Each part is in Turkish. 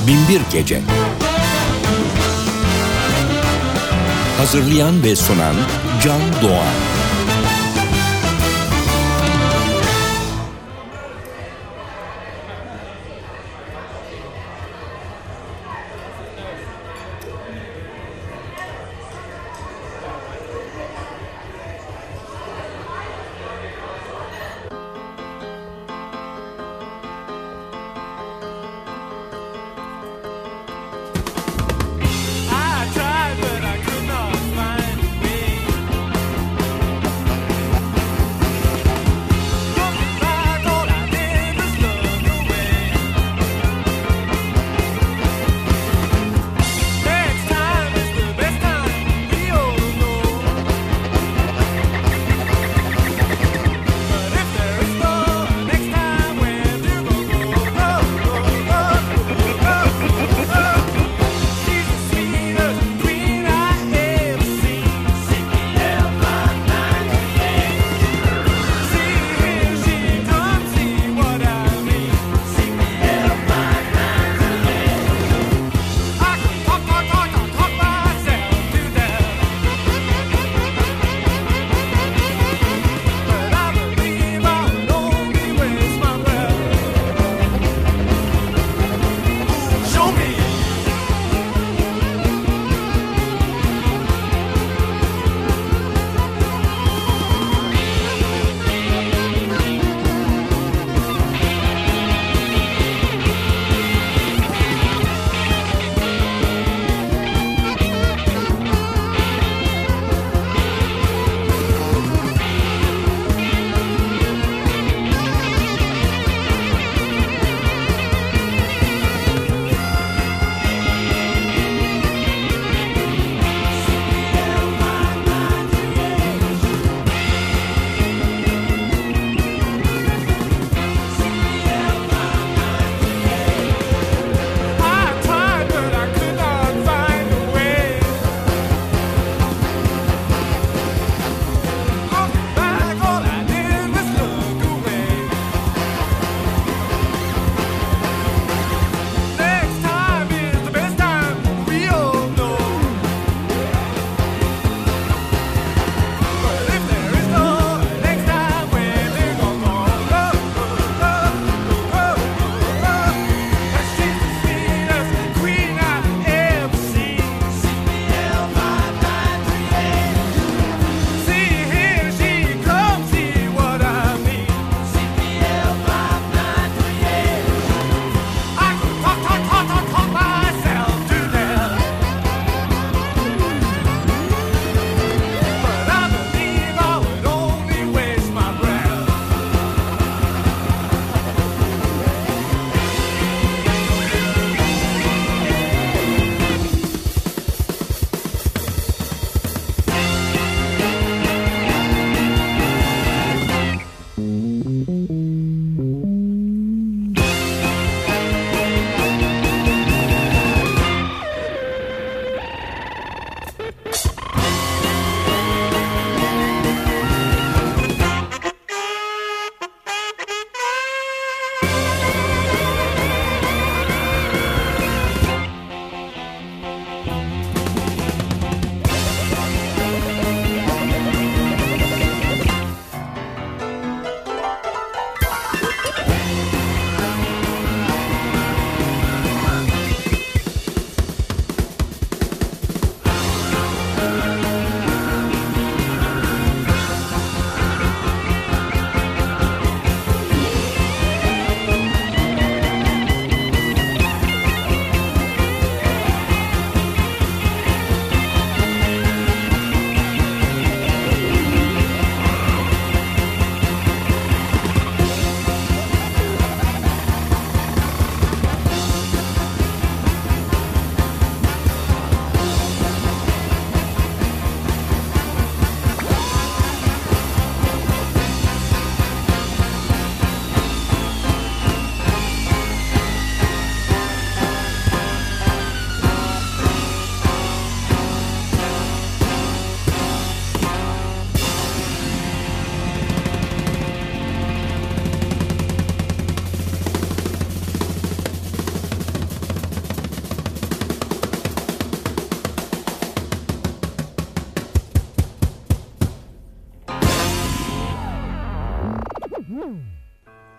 Binbir Gece. Hazırlayan ve sunan Can Doğan.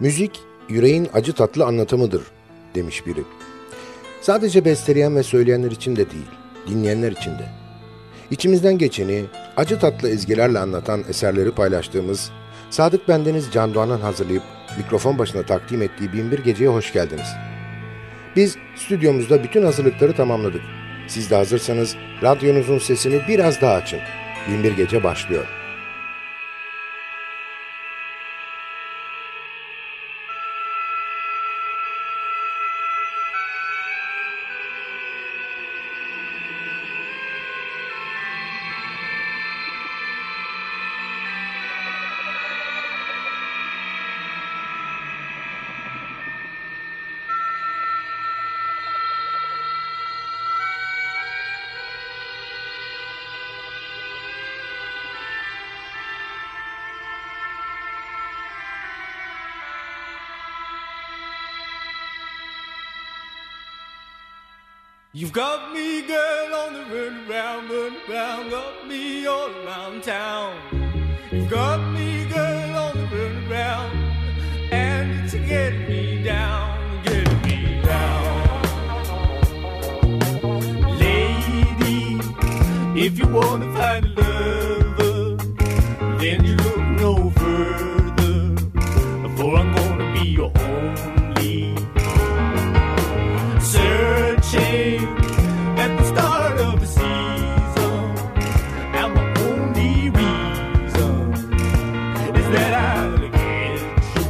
Müzik, yüreğin acı tatlı anlatımıdır, demiş biri. Sadece besteleyen ve söyleyenler için de değil, dinleyenler için de. İçimizden geçeni, acı tatlı ezgilerle anlatan eserleri paylaştığımız Sadık Bendeniz Can Doğan'ın hazırlayıp mikrofon başına takdim ettiği Binbir Gece'ye hoş geldiniz. Biz stüdyomuzda bütün hazırlıkları tamamladık. Siz de hazırsanız radyonuzun sesini biraz daha açın. Binbir Gece başlıyor. You've got me, girl, on the run around, got me all around town. You've got me, girl, on the run around, and it's getting me down, Lady, if you wanna find a lover, then you look no further, for I'm gonna be your only searching at the start of the season, and my only reason is that I'll get you.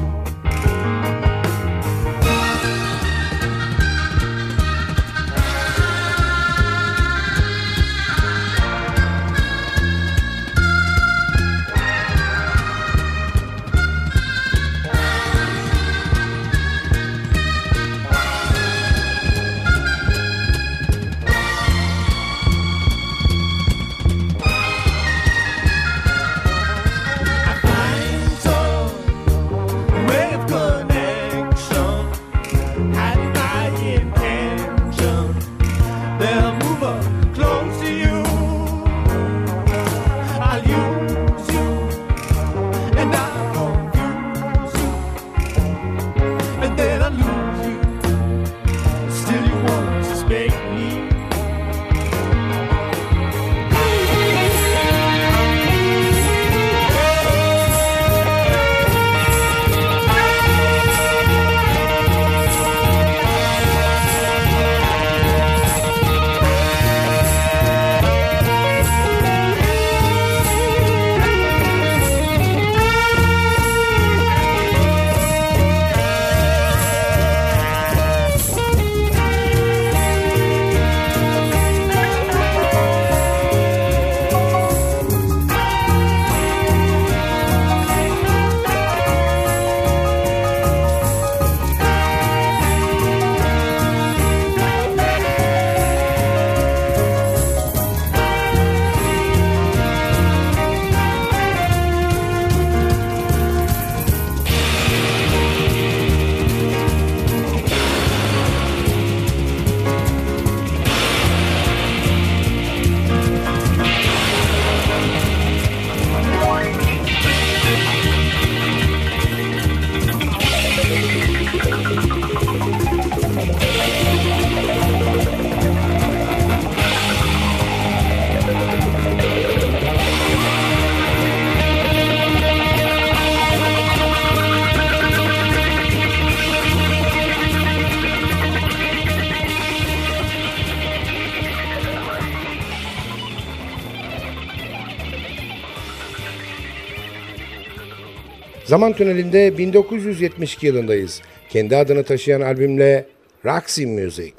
Zaman tünelinde 1972 yılındayız. Kendi adını taşıyan albümle Roxy Music.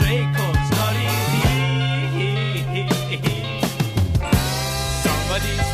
Somebody's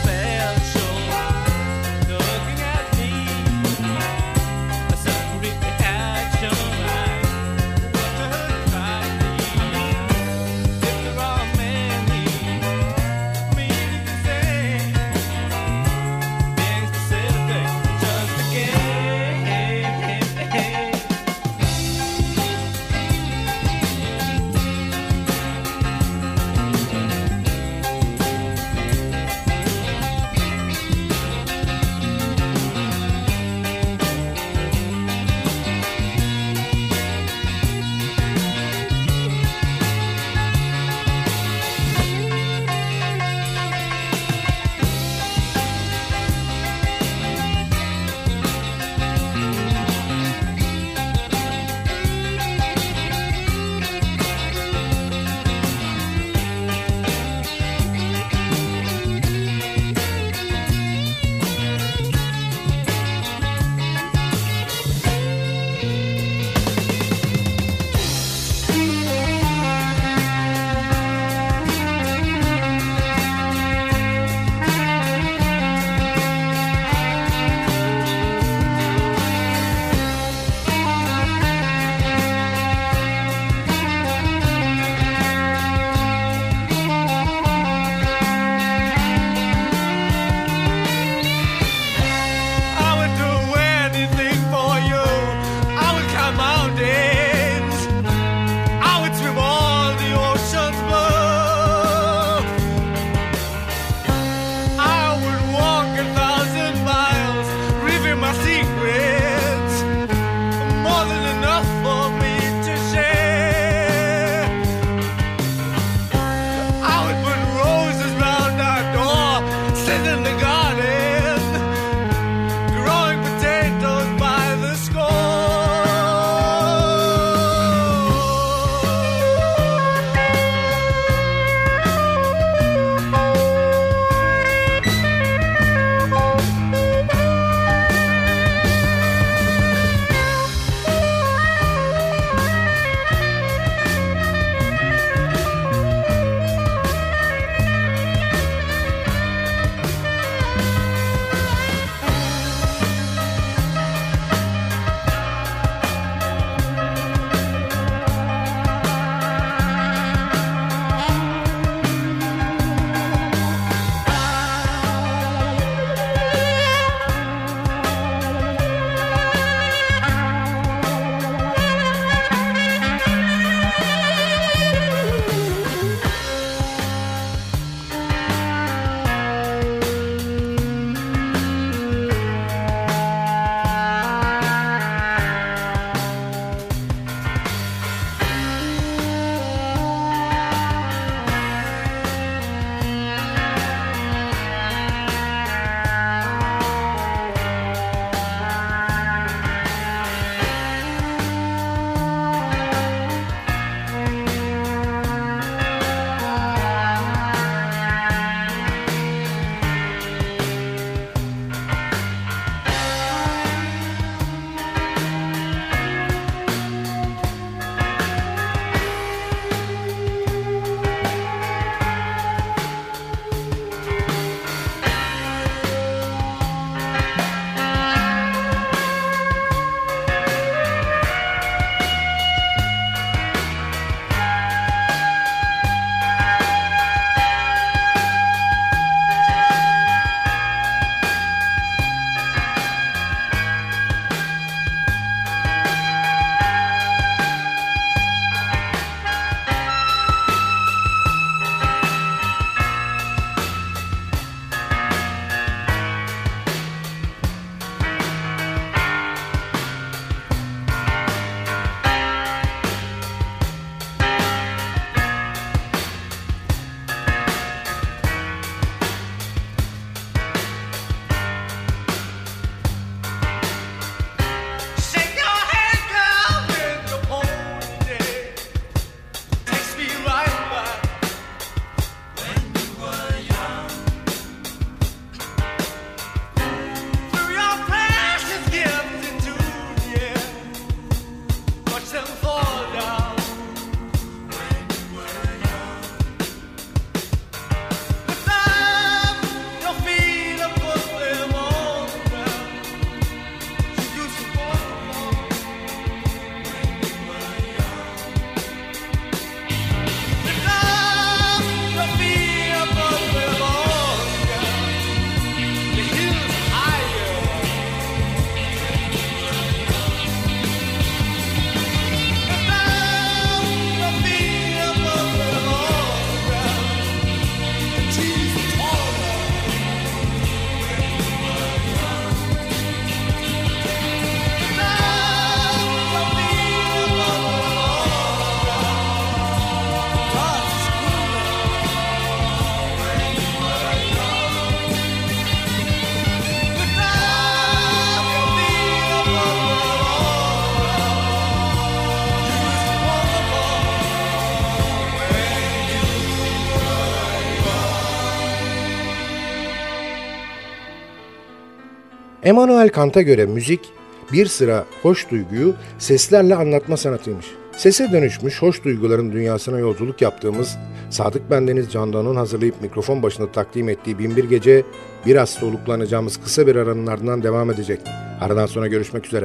Immanuel Kant'a göre müzik bir sıra hoş duyguyu seslerle anlatma sanatıymış. Sese dönüşmüş hoş duyguların dünyasına yolculuk yaptığımız Sadık Bendeniz Can Doğan'ın hazırlayıp mikrofon başında takdim ettiği Binbir Gece biraz soluklanacağımız kısa bir aranın ardından devam edecek. Aradan sonra görüşmek üzere.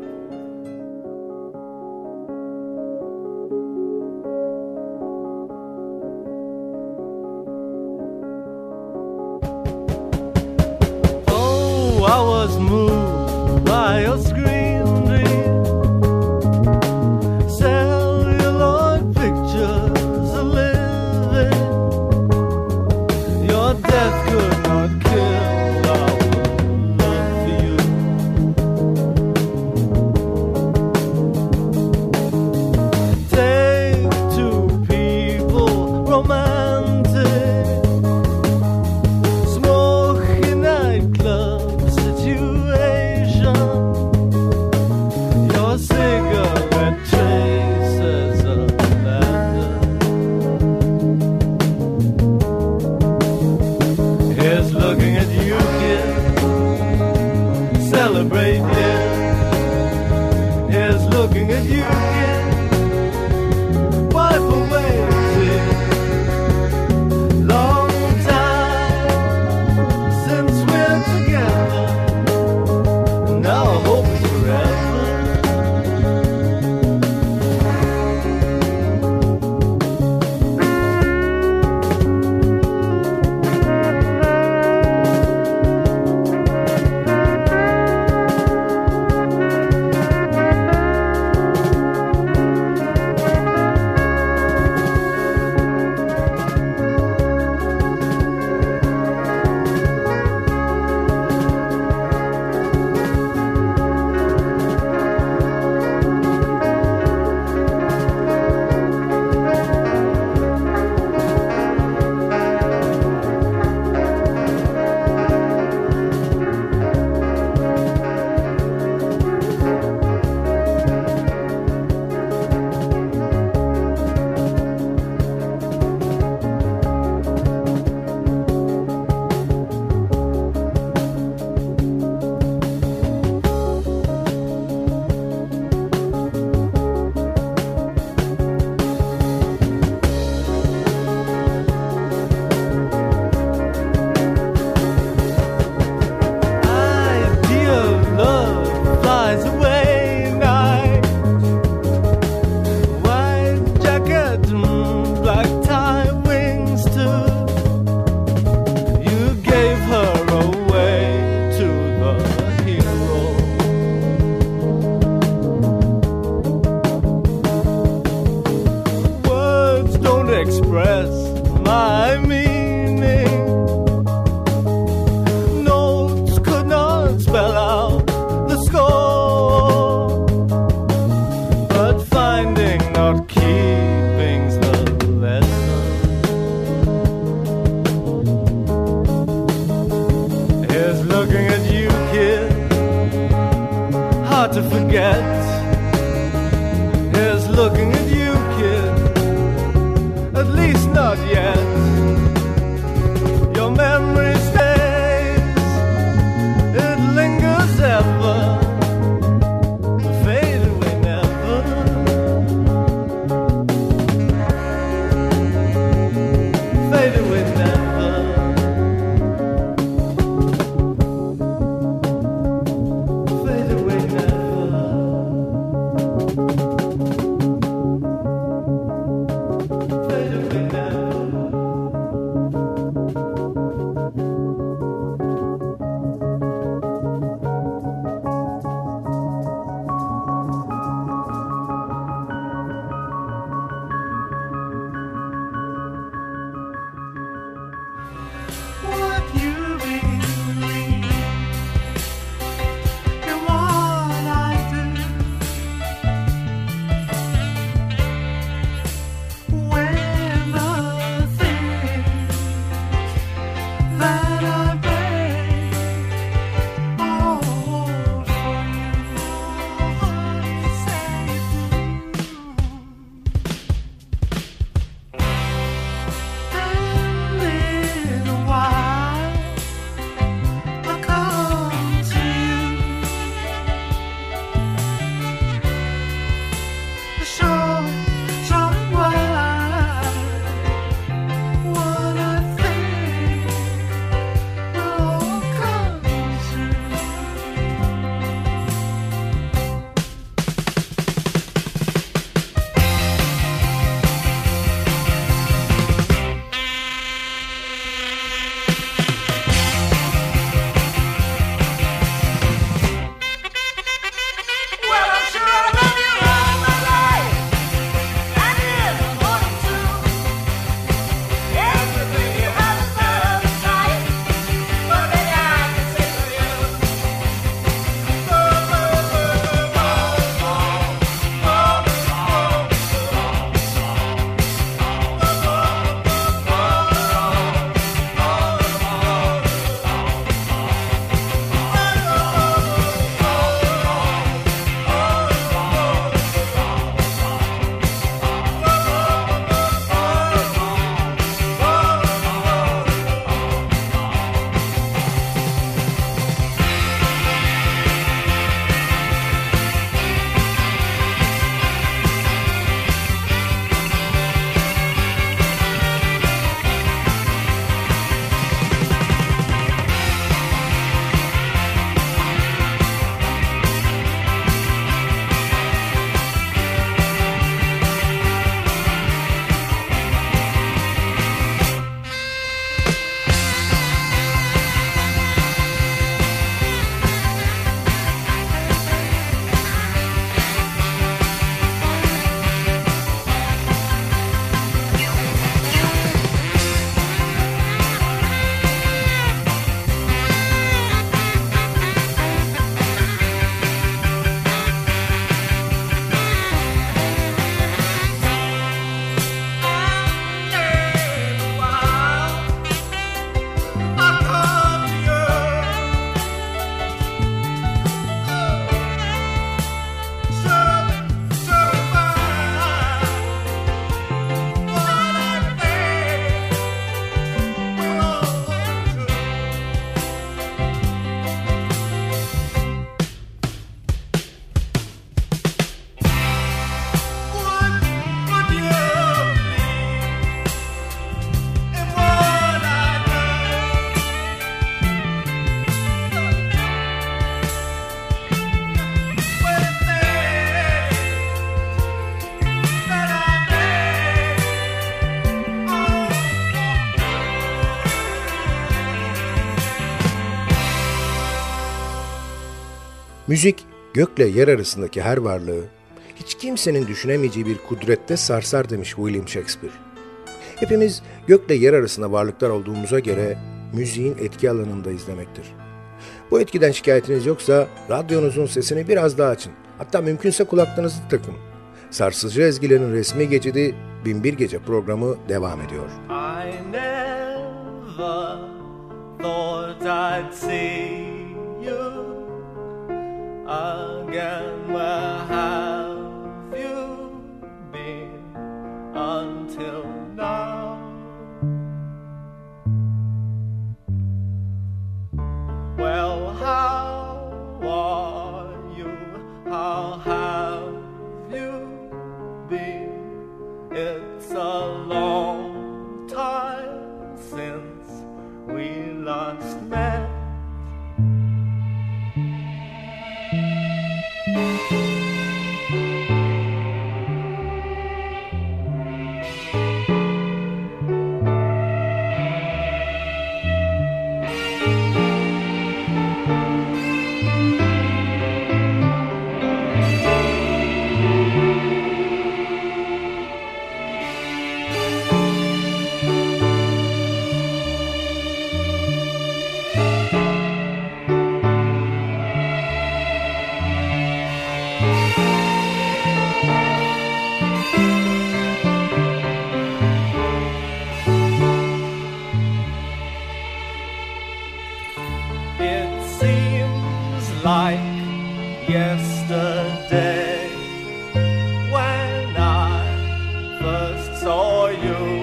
I was moved by your screen dream, celluloid pictures of living. Your death could not kill our love for you. Take two people, romantic, smoky nightclub situation. Your cigarette traces of laughter. Here's looking at you, kid. Celebrate, yeah. Here's looking at you, kid. Wipe away a tear. Long time since we're together. Now I hope it's forever. Idea of love flies away night. White jacket and black tie wings too. You gave her away to the hero. Words don't express my meaning. Notes could not spell out the score, but finding not keeping's the lesson. Here's looking at you, kid. Hard to forget. Here's looking at you, kid. At least not yet. Müzik, gökle yer arasındaki her varlığı, hiç kimsenin düşünemeyeceği bir kudrette sarsar demiş William Shakespeare. Hepimiz gökle yer arasında varlıklar olduğumuza göre müziğin etki alanındayız demektir. Bu etkiden şikayetiniz yoksa radyonuzun sesini biraz daha açın. Hatta mümkünse kulaklarınızı takın. Sarsıcı ezgilerin resmi geçidi Binbir Gece programı devam ediyor. I never thought I'd see you again. Where have you been until now? Well, how are you? How have you been? It's a long time since we last met. Like yesterday when I first saw you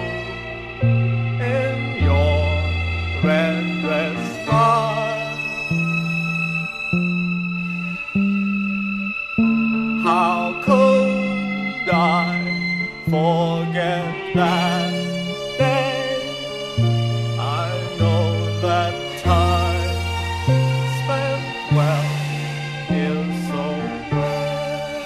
in your red dress bar. How could I forget that day? I know that time spent well is so rare.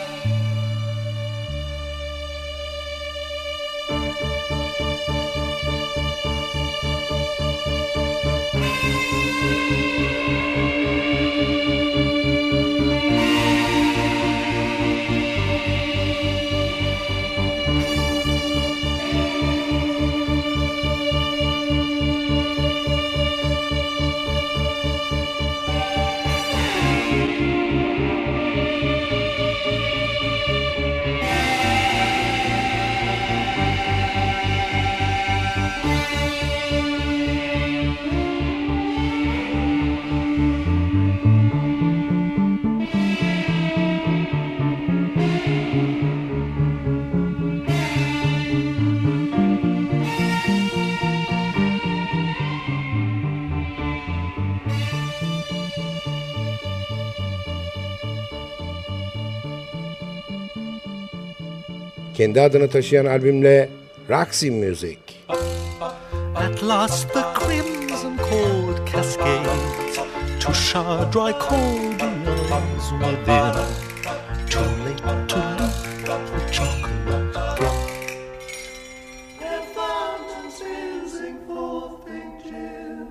Kendi adını taşıyan albümle Roxy Music. At last the crimson cord cascades to shower dry cordials within. Too late to leap the chocolate drop. Their fountains oozing forth pink gin.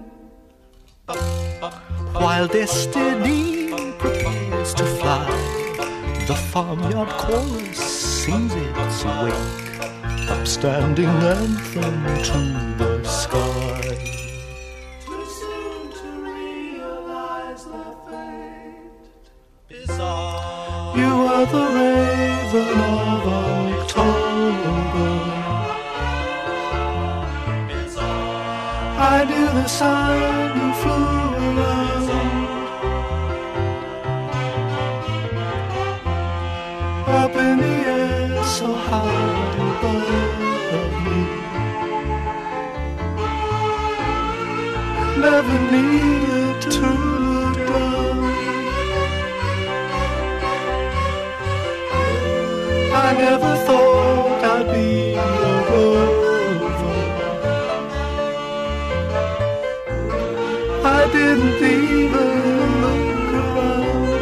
While destiny prepares to fly, the farmyard chorus sings its wake, upstanding anthem to the sky. Too soon to realize their fate. Bizarre. You are the raven of October. Bizarre. I knew the sun who flew around. Up in the air so high above me. Never needed to look down. I never thought I'd be a rover. I didn't even look around.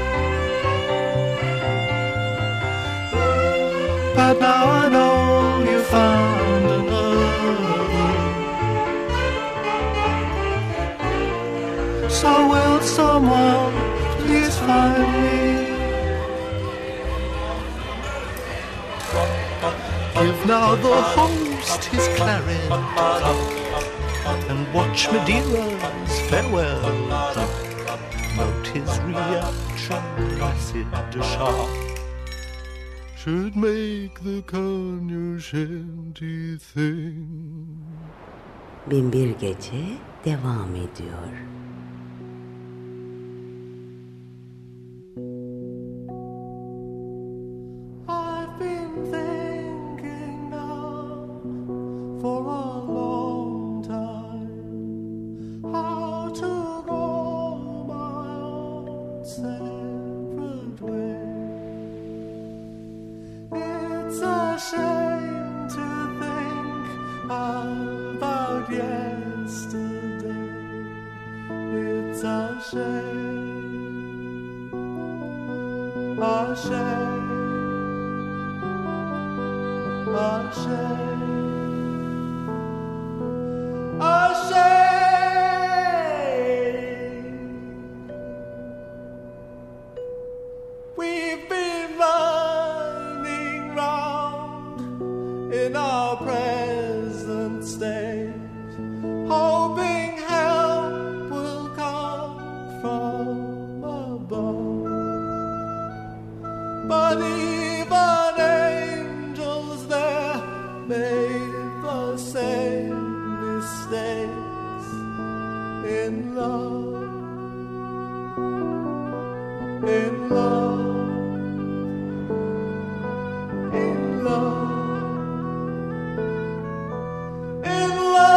But now I know you found another. So will someone please find me. Give now the host his claret, and watch Medeiros farewell. Note his reaction, acid de sharp should make the cognoscenti think. Binbir Gece devam ediyor. I've been thinking now for a long time how to go my own separate way. It's a shame to think about yesterday. It's a shame, a shame, a shame, a shame. We've been running round in our present state, hoping help will come from above. But even angels there made the same mistakes in love, in love, in love. In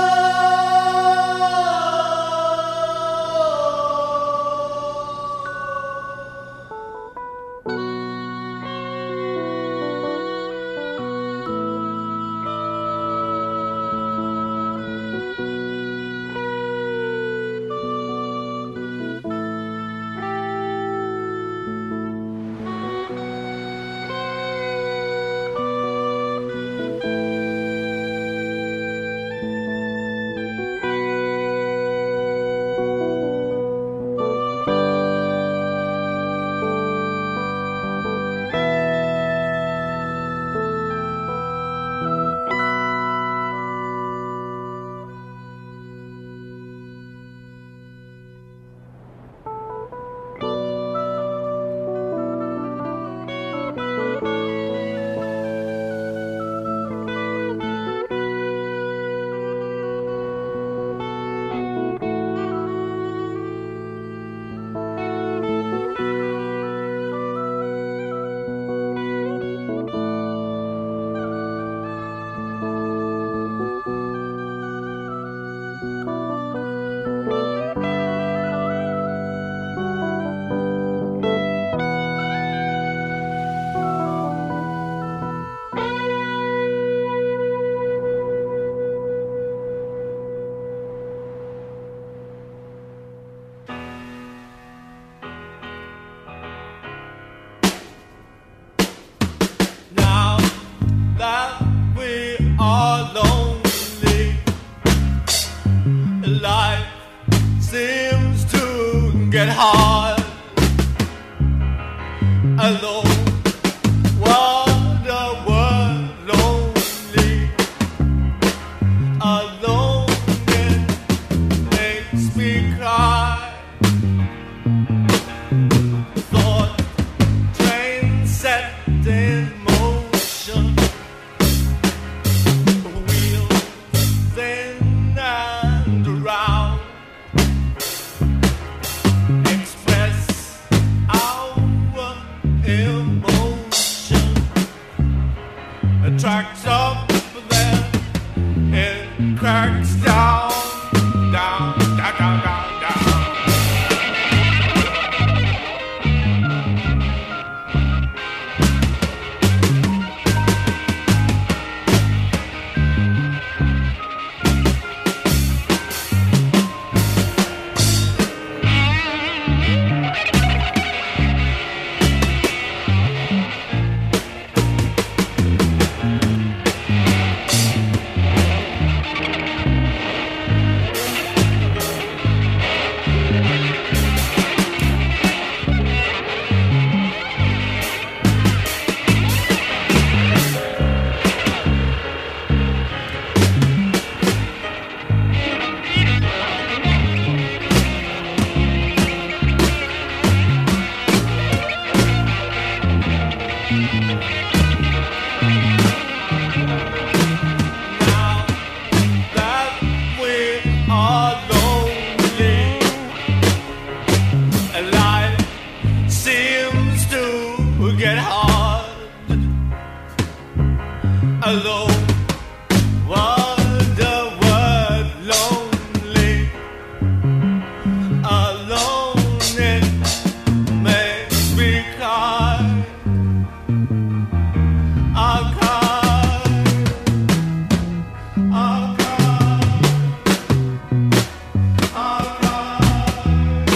now that we are lonely, life seems to get hard. Alone, what a word, lonely. Alone, it makes me cry. Thought train set in motion, wheels in and around. Express our emotion. Tracks up, then it cracks down, down, down, down, down, down. are lonely. Life seems to get hard. Alone, wonder word lonely. Alone it makes me cry. I'll cry. I'll cry. I'll cry.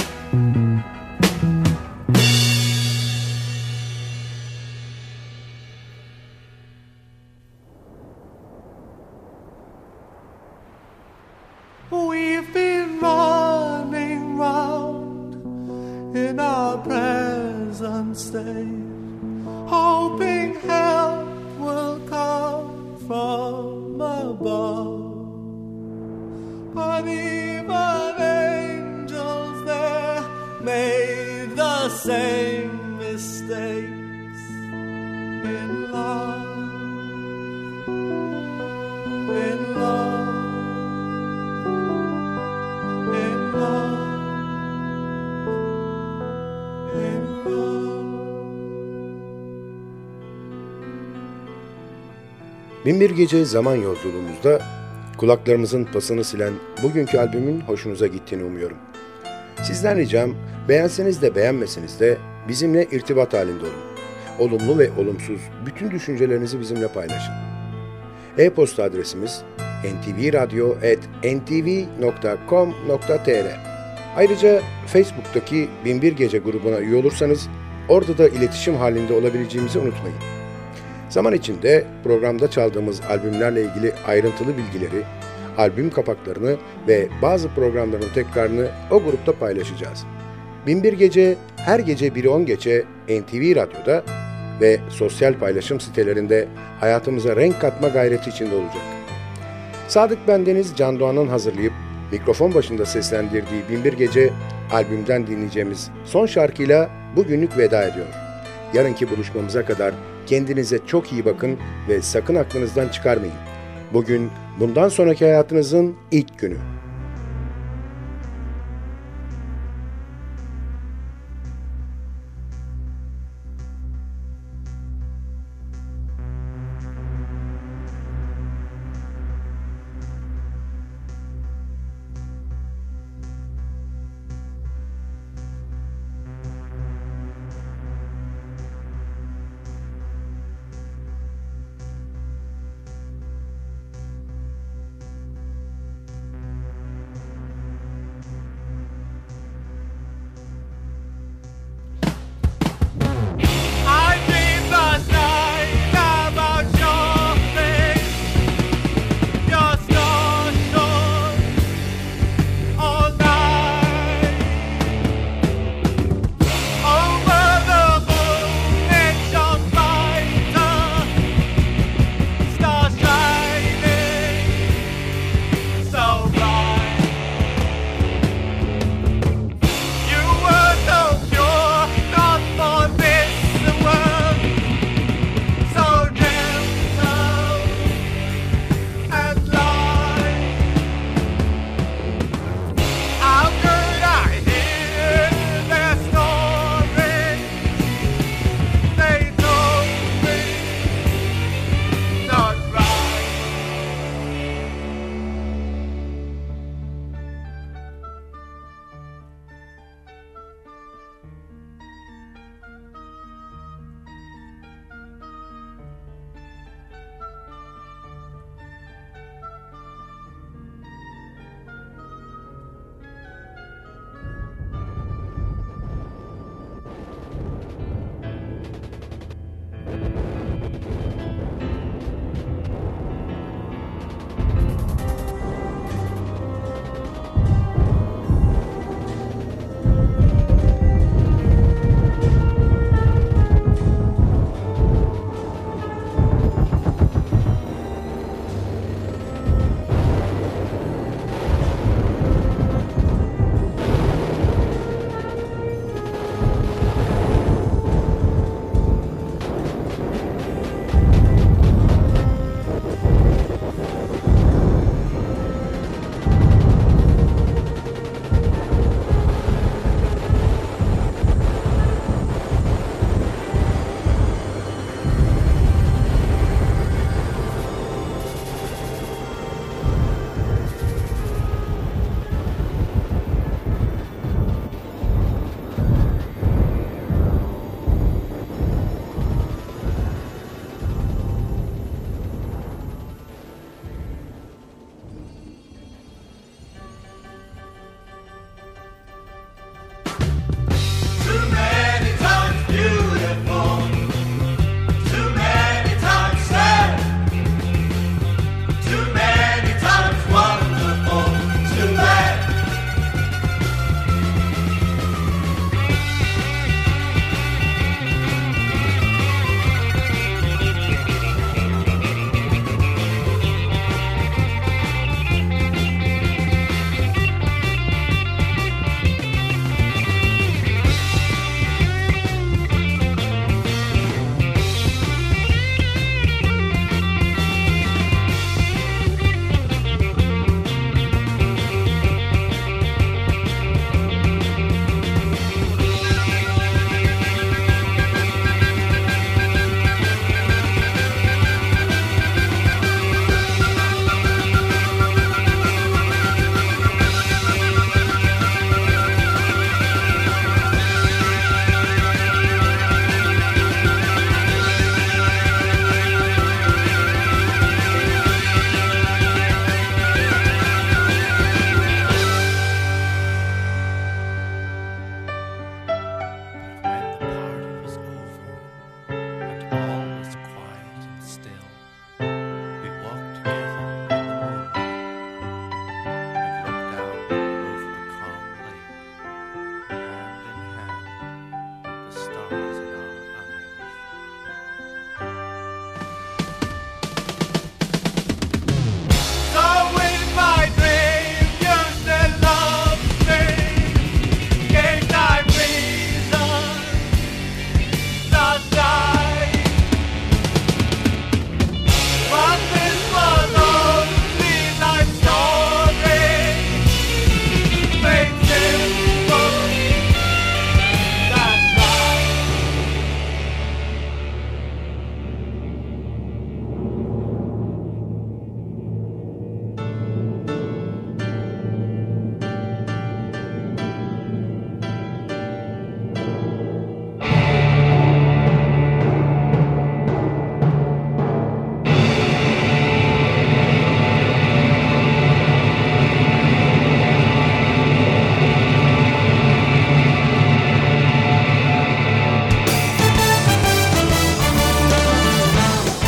We've been running round in our present state, hoping help will come from above. But even angels there made the same mistakes in love, in love. In love, in love. Binbir Gece zaman yolculuğumuzda kulaklarımızın pasını silen bugünkü albümün hoşunuza gittiğini umuyorum. Sizden ricam beğenseniz de beğenmeseniz de bizimle irtibat halinde olun. Olumlu ve olumsuz bütün düşüncelerinizi bizimle paylaşın. E-posta adresimiz ntvradio@ntv.com.tr. Ayrıca Facebook'taki Binbir Gece grubuna üye olursanız orada da iletişim halinde olabileceğimizi unutmayın. Zaman içinde programda çaldığımız albümlerle ilgili ayrıntılı bilgileri, albüm kapaklarını ve bazı programların tekrarını o grupta paylaşacağız. Binbir Gece her gece 1'i 10 geçe NTV Radyo'da ve sosyal paylaşım sitelerinde hayatımıza renk katma gayreti içinde olacak. Sadık Bendeniz Can Doğan'ın hazırlayıp mikrofon başında seslendirdiği Binbir Gece albümden dinleyeceğimiz son şarkıyla bugünlük veda ediyor. Yarınki buluşmamıza kadar kendinize çok iyi bakın ve sakın aklınızdan çıkarmayın. Bugün bundan sonraki hayatınızın ilk günü.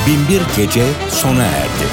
Binbir Gece sona erdi.